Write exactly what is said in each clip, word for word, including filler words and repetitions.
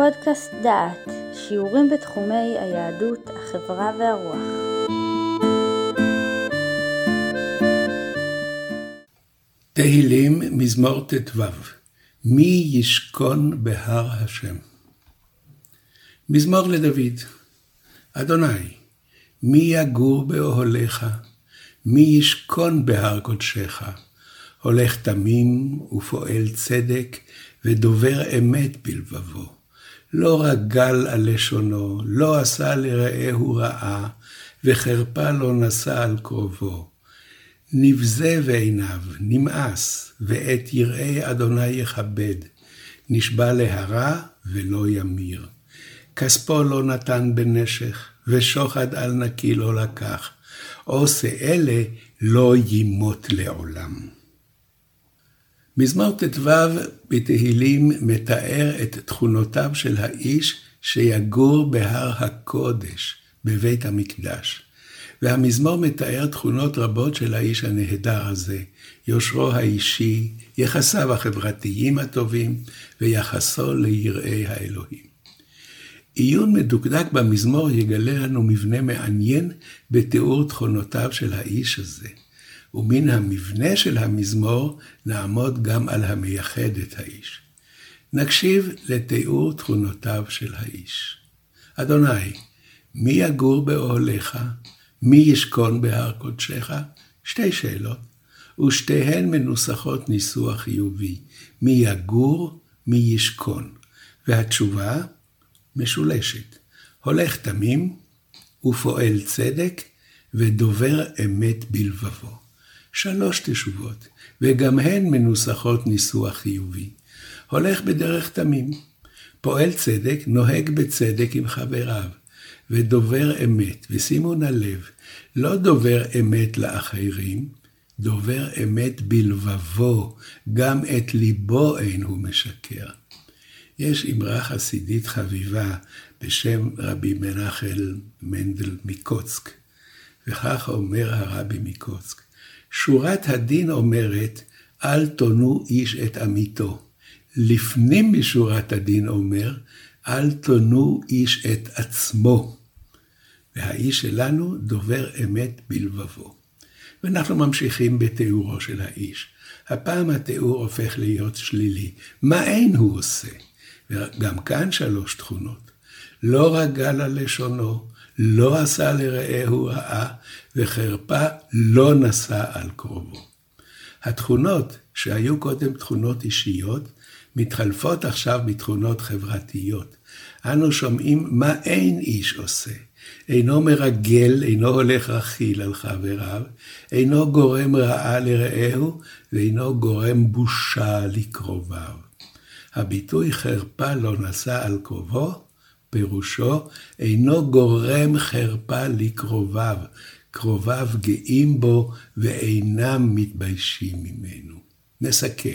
פודקאסט דעת, שיעורים בתחומי היהדות, החברה והרוח. תהילים מזמור ט"ו. מי ישכון בהר השם? מזמור לדוד. אדוני, מי יגור באוהליך? מי ישכון בהר קודשך? הולך תמים ופועל צדק ודובר אמת בלבבו. לא רגל על לשונו, לא עשה לרעהו רעה, וחרפה לא נשא על קרובו. נבזה בעיניו, נמאס, ואת יראי אדוני יכבד. נשבע להרע ולא ימיר. כספו לא נתן בנשך, ושוחד על נקי לא לקח. עושה אלה לא ימות לעולם. מזמור ט"ו בתהילים מתאר את תכונותיו של האיש שיגור בהר הקודש, בבית המקדש. והמזמור מתאר תכונות רבות של האיש הנהדר הזה, יושרו האישי, יחסיו החברתיים הטובים, ויחסו ליראי האלוהים. עיון מדוקדק במזמור יגלה לנו מבנה מעניין בתיאור תכונותיו של האיש הזה. ומן המבנה של המזמור נעמוד גם על המייחד את האיש. נקשיב לתיאור תכונותיו של האיש. אדוני, מי יגור באוהליך? מי ישכון בהר קודשך? שתי שאלות, ושתיהן מנוסחות ניסוח חיובי. מי יגור, מי ישכון. והתשובה משולשת. הולך תמים ופועל צדק ודובר אמת בלבבו. שלוש תשובות, וגם הן מנוסחות ניסוח חיובי. הולך בדרך תמים, פועל צדק, נוהג בצדק עם חבריו, ודובר אמת, ושימו נא לב, לא דובר אמת לאחרים, דובר אמת בלבבו, גם את ליבו אין הוא משקר. יש אמרה חסידית חביבה בשם רבי מנחם מנדל מקוצק, וכך אומר הרבי מקוצק, שורת הדין אומרת, אל תונו איש את עמיתו. לפנים משורת הדין אומר, אל תונו איש את עצמו. והאיש שלנו דובר אמת בלבבו. ואנחנו ממשיכים בתיאורו של האיש. הפעם התיאור הופך להיות שלילי. מה אין הוא עושה? וגם כאן שלוש תכונות. לא רגל על לשונו, לא עשה לרעהו רעה, וחרפה לא נשא על קרובו. התכונות שהיו קודם תכונות אישיות, מתחלפות עכשיו בתכונות חברתיות. אנו שומעים מה אין איש עושה. אינו מרגל, אינו הולך רכיל על חבריו, אינו גורם רעה לרעהו, ואינו גורם בושה לקרוביו. הביטוי חרפה לא נשא על קרובו, פירושו אינו גורם חרפה לקרוביו, קרוביו גאים בו ואינם מתביישים ממנו. נסכם.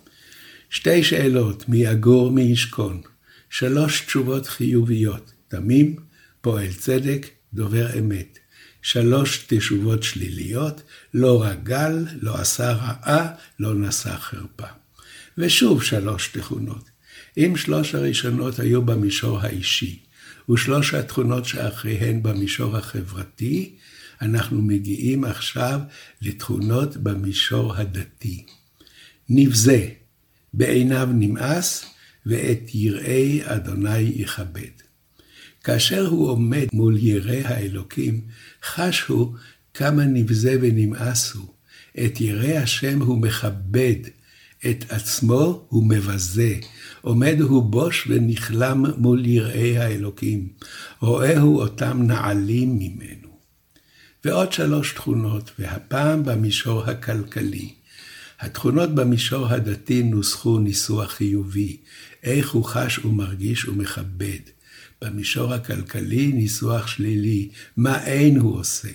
שתי שאלות, מי יגור מי ישכון. שלוש תשובות חיוביות, תמים, פועל צדק, דובר אמת. שלוש תשובות שליליות, לא רגל, לא עשה רעה, לא נשא חרפה. ושוב שלוש תכונות. אם שלוש הראשונות היו במישור האישי, ושלוש התכונות שאחריהן במישור החברתי, אנחנו מגיעים עכשיו לתכונות במישור הדתי. נבזה, בעיניו נמאס, ואת יראי אדוני יכבד. כאשר הוא עומד מול יראי האלוקים, חש הוא כמה נבזה ונמאס הוא. את יראי השם הוא מכבד, את עצמו הוא מבזה. עומד הוא בוש ונכלם מול יראי האלוקים. רואהו אותם נעלים ממנו. ועוד שלוש תכונות, והפעם במישור הכלכלי. התכונות במישור הדתי נוסחו ניסוח חיובי. איך הוא חש ומרגיש ומכבד. במישור הכלכלי ניסוח שלילי. מה אין הוא עושה?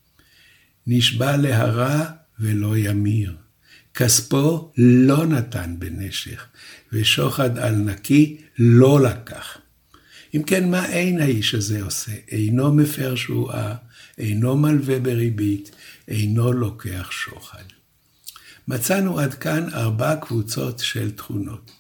נשבע להרע ולא ימיר. כספו לא נתן בנשך, ושוחד על נקי לא לקח. אם כן, מה אין האיש הזה עושה? אינו מפר שבועה, אינו מלווה בריבית, אינו לוקח שוחד. מצאנו עד כאן ארבע קבוצות של תכונות.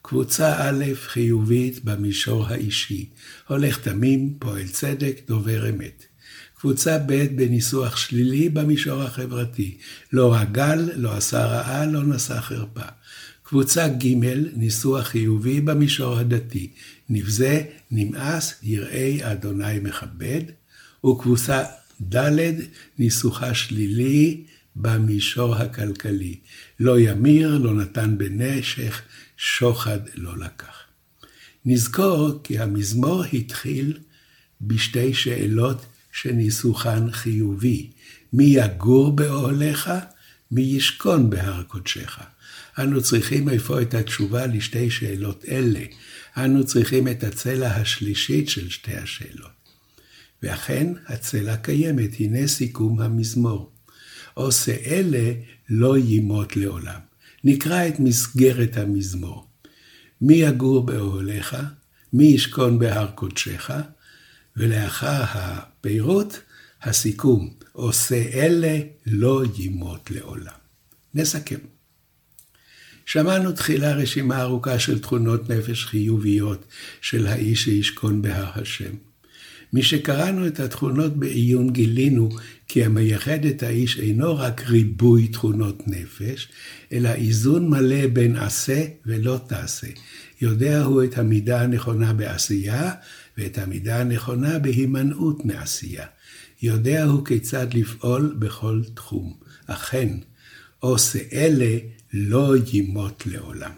קבוצה א' חיובית במישור האישי, הולך תמים, פועל צדק, דובר אמת. קבוצה ב' בניסוח שלילי במישור החברתי, לא רגל, לא עשה רעה, לא נשא חרפה. קבוצה ג' ניסוח חיובי במישור הדתי, נבזה, נמאס, יראי אדוני מכבד. וקבוצה ד' ניסוחה שלילי במישור הכלכלי, לא ימיר, לא נתן בנשך, שוחד לא לקח. נזכור כי המזמור התחיל בשתי שאלות שניסוחן חיובי, מי יגור באוהליך, מי ישכון בהר קודשך. אנו צריכים איפה את התשובה לשתי שאלות אלה, אנו צריכים את הצלע השלישית של שתי השאלות. ואכן הצלע קיימת, הנה סיכום המזמור. עושה אלה לא ימות לעולם. נקרא את מסגרת המזמור. מי יגור באוהליך, מי ישכון בהר קודשך, ולאחר הפירוט, הסיכום, עושה אלה לא ימות לעולם. נסכם. שמענו תחילה רשימה ארוכה של תכונות נפש חיוביות של האיש שישכון בהר השם. משקראנו את התכונות בעיון גילינו כי המייחד את האיש אינו רק ריבוי תכונות נפש, אלא איזון מלא בין עשה ולא תעשה. יודע הוא את המידה הנכונה בעשייה ואת המידה הנכונה בהימנעות מעשייה. יודע הוא כיצד לפעול בכל תחום. אכן, עושה אלה לא ימות לעולם.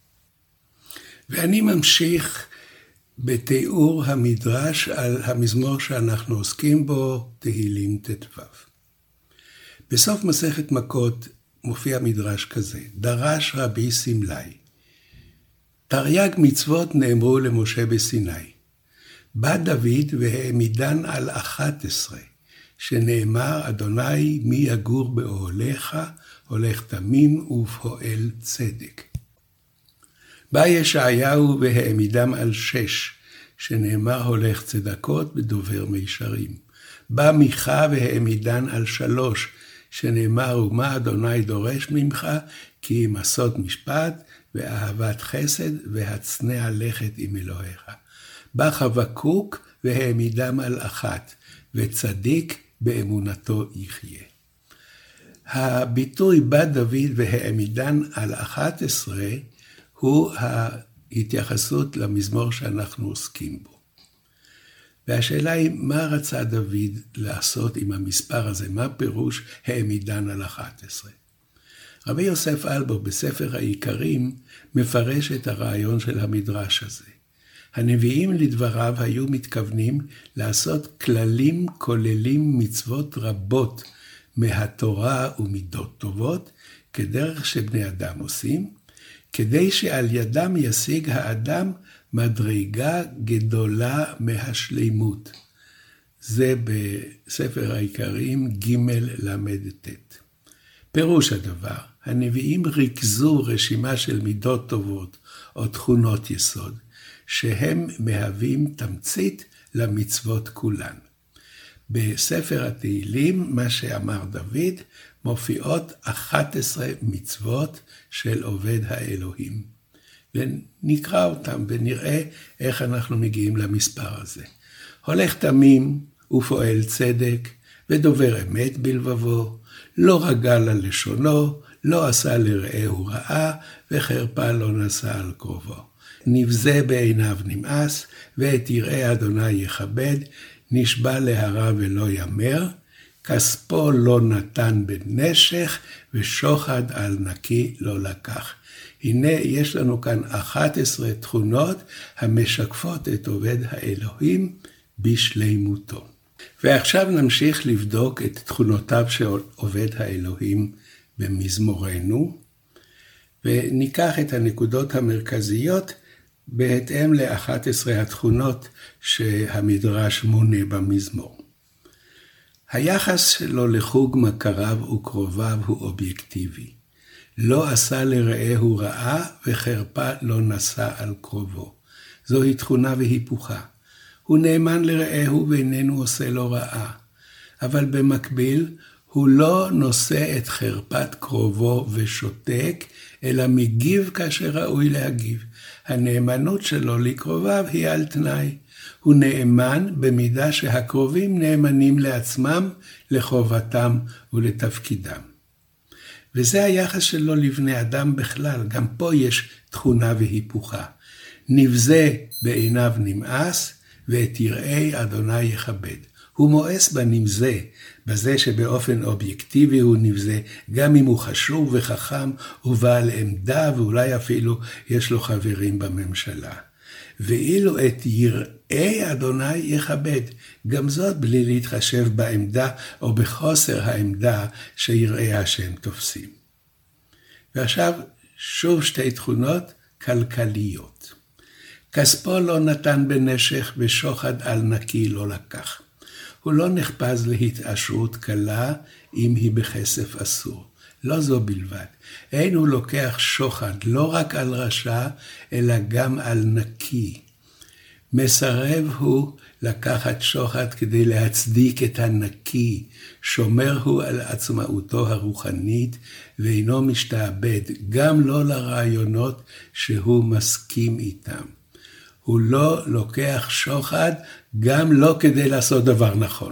ואני ממשיך בתיאור המדרש על המזמור שאנחנו עוסקים בו, תהילים ט"ו. בסוף מסכת מכות מופיע מדרש כזה, דרש רבי סמלי. תרי"ג מצוות נאמרו למשה בסיני. בא דוד והעמידן על אחת עשרה, שנאמר, אדוני מי יגור באוהליך, הולך תמים ופועל צדק. בא ישעיהו והעמידם על שש, שנאמר הולך צדקות ודובר מישרים. בא מיכה והעמידן על שלוש, שנאמר ומה אדוני דורש ממך, כי אם עשות משפט ואהבת חסד והצנע לכת עם אלוהיך. בא חבקוק והעמידם על אחת, וצדיק באמונתו יחיה. הביטוי בא דוד והעמידן על אחת עשרה, הוא ההתייחסות למזמור שאנחנו עוסקים בו. והשאלה היא, מה רצה דוד לעשות עם המספר הזה? מה פירוש העמידן על אחת עשרה? רבי יוסף אלבו בספר העיקרים מפרש את הרעיון של המדרש הזה. הנביאים לדבריו היו מתכוונים לעשות כללים כוללים מצוות רבות מהתורה ומידות טובות, כדרך שבני אדם עושים, כדי שעל ידם ישיג האדם מדרגה גדולה מהשלימות. זה בספר העיקרים ג' למד ט'. פירוש הדבר, הנביאים ריכזו רשימה של מידות טובות או תכונות יסוד, שהם מהווים תמצית למצוות כולן. בספר התהילים, מה שאמר דוד, מופיעות אחת עשרה מצוות של עובד האלוהים. ונקרא אותם ונראה איך אנחנו מגיעים למספר הזה. הולך תמים ופועל צדק ודובר אמת בלבבו, לא רגל על לשונו, לא עשה לרעהו רעה וחרפה לא נשא על קרובו. נבזה בעיניו נמאס ואת יראי אדוני יכבד, נשבע להרע ולא ימר, כספו לא נתן בנשך ושוחד על נקי לא לקח. הנה יש לנו כאן אחת עשרה תכונות המשקפות את עובד האלוהים בשלימותו. ועכשיו נמשיך לבדוק את תכונותיו של עובד האלוהים במזמורנו, וניקח את הנקודות המרכזיות בהתאם ל-אחת עשרה התכונות שהמדרש מונה במזמור. היחס שלו לחוג מכריו וקרוביו הוא אובייקטיבי. לא עשה לרעהו רעה וחרפה לא נשא על קרובו. זוהי תכונה והיפוכה. הוא נאמן לרעהו ואיננו עושה לו רעה. אבל במקביל הוא לא נושא את חרפת קרובו ושותק, אלא מגיב כאשר ראוי להגיב. הנאמנות שלו לקרוביו היא על תנאי. הוא נאמן במידה שהקרובים נאמנים לעצמם, לחובתם ולתפקידם. וזה היחס שלו לבני אדם בכלל, גם פה יש תכונה והיפוכה. נבזה בעיניו נמאס, ואת יראי אדוני יכבד. הוא מואס בנבזה, בזה שבאופן אובייקטיבי הוא נבזה, גם אם הוא חשוב וחכם ובעל עמדה, ואולי אפילו יש לו חברים בממשלה. ואילו את יראי אדוני יכבד, גם זאת בלי להתחשב בעמדה או בחוסר העמדה שיראי השם תופסים. ועכשיו שוב שתי תכונות כלכליות. כספו לא נתן בנשך ושוחד על נקי לא לקח. הוא לא נחפז להתעשרות קלה אם היא בכסף אסור. לא זו בלבד. אין הוא לוקח שוחד לא רק על רשע, אלא גם על נקי. מסרב הוא לקחת שוחד כדי להצדיק את הנקי. שומר הוא על עצמאותו הרוחנית, ואינו משתעבד, גם לא לרעיונות שהוא מסכים איתם. הוא לא לוקח שוחד, גם לא כדי לעשות דבר נכון.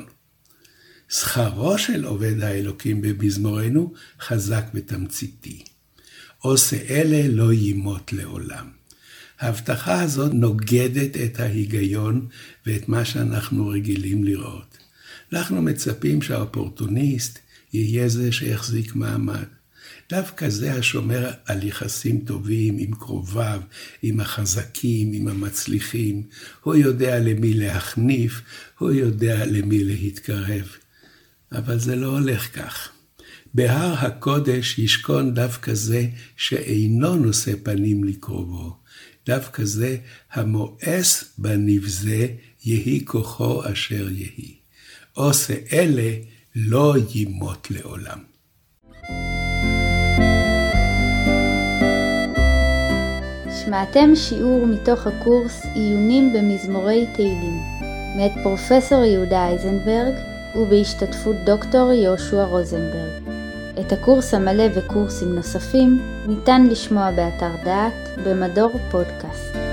שכרו של עובד האלוקים במזמורנו חזק ותמציתי. עושה אלה לא ימות לעולם. ההבטחה הזאת נוגדת את ההיגיון ואת מה שאנחנו רגילים לראות. אנחנו מצפים שהאופורטוניסט יהיה זה שיחזיק מעמד. דווקא זה השומר על יחסים טובים עם קרוביו, עם החזקים, עם המצליחים. הוא יודע למי להחניף, הוא יודע למי להתקרב. אבל זה לא הולך כך. בהר הקודש ישכון דווקא זה שאינו נושא פנים לקרובו. דווקא זה המואס בנבזה יהי כוחו אשר יהי. עושה אלה לא ימות לעולם. שמעתם שיעור מתוך הקורס עיונים במזמורי תהילים, מאת פרופסור יהודה אייזנברג ובהשתתפות דוקטור יהושע רוזנברג. את הקורס המלא וקורסים נוספים ניתן לשמוע באתר דעת במדור פודקאסט.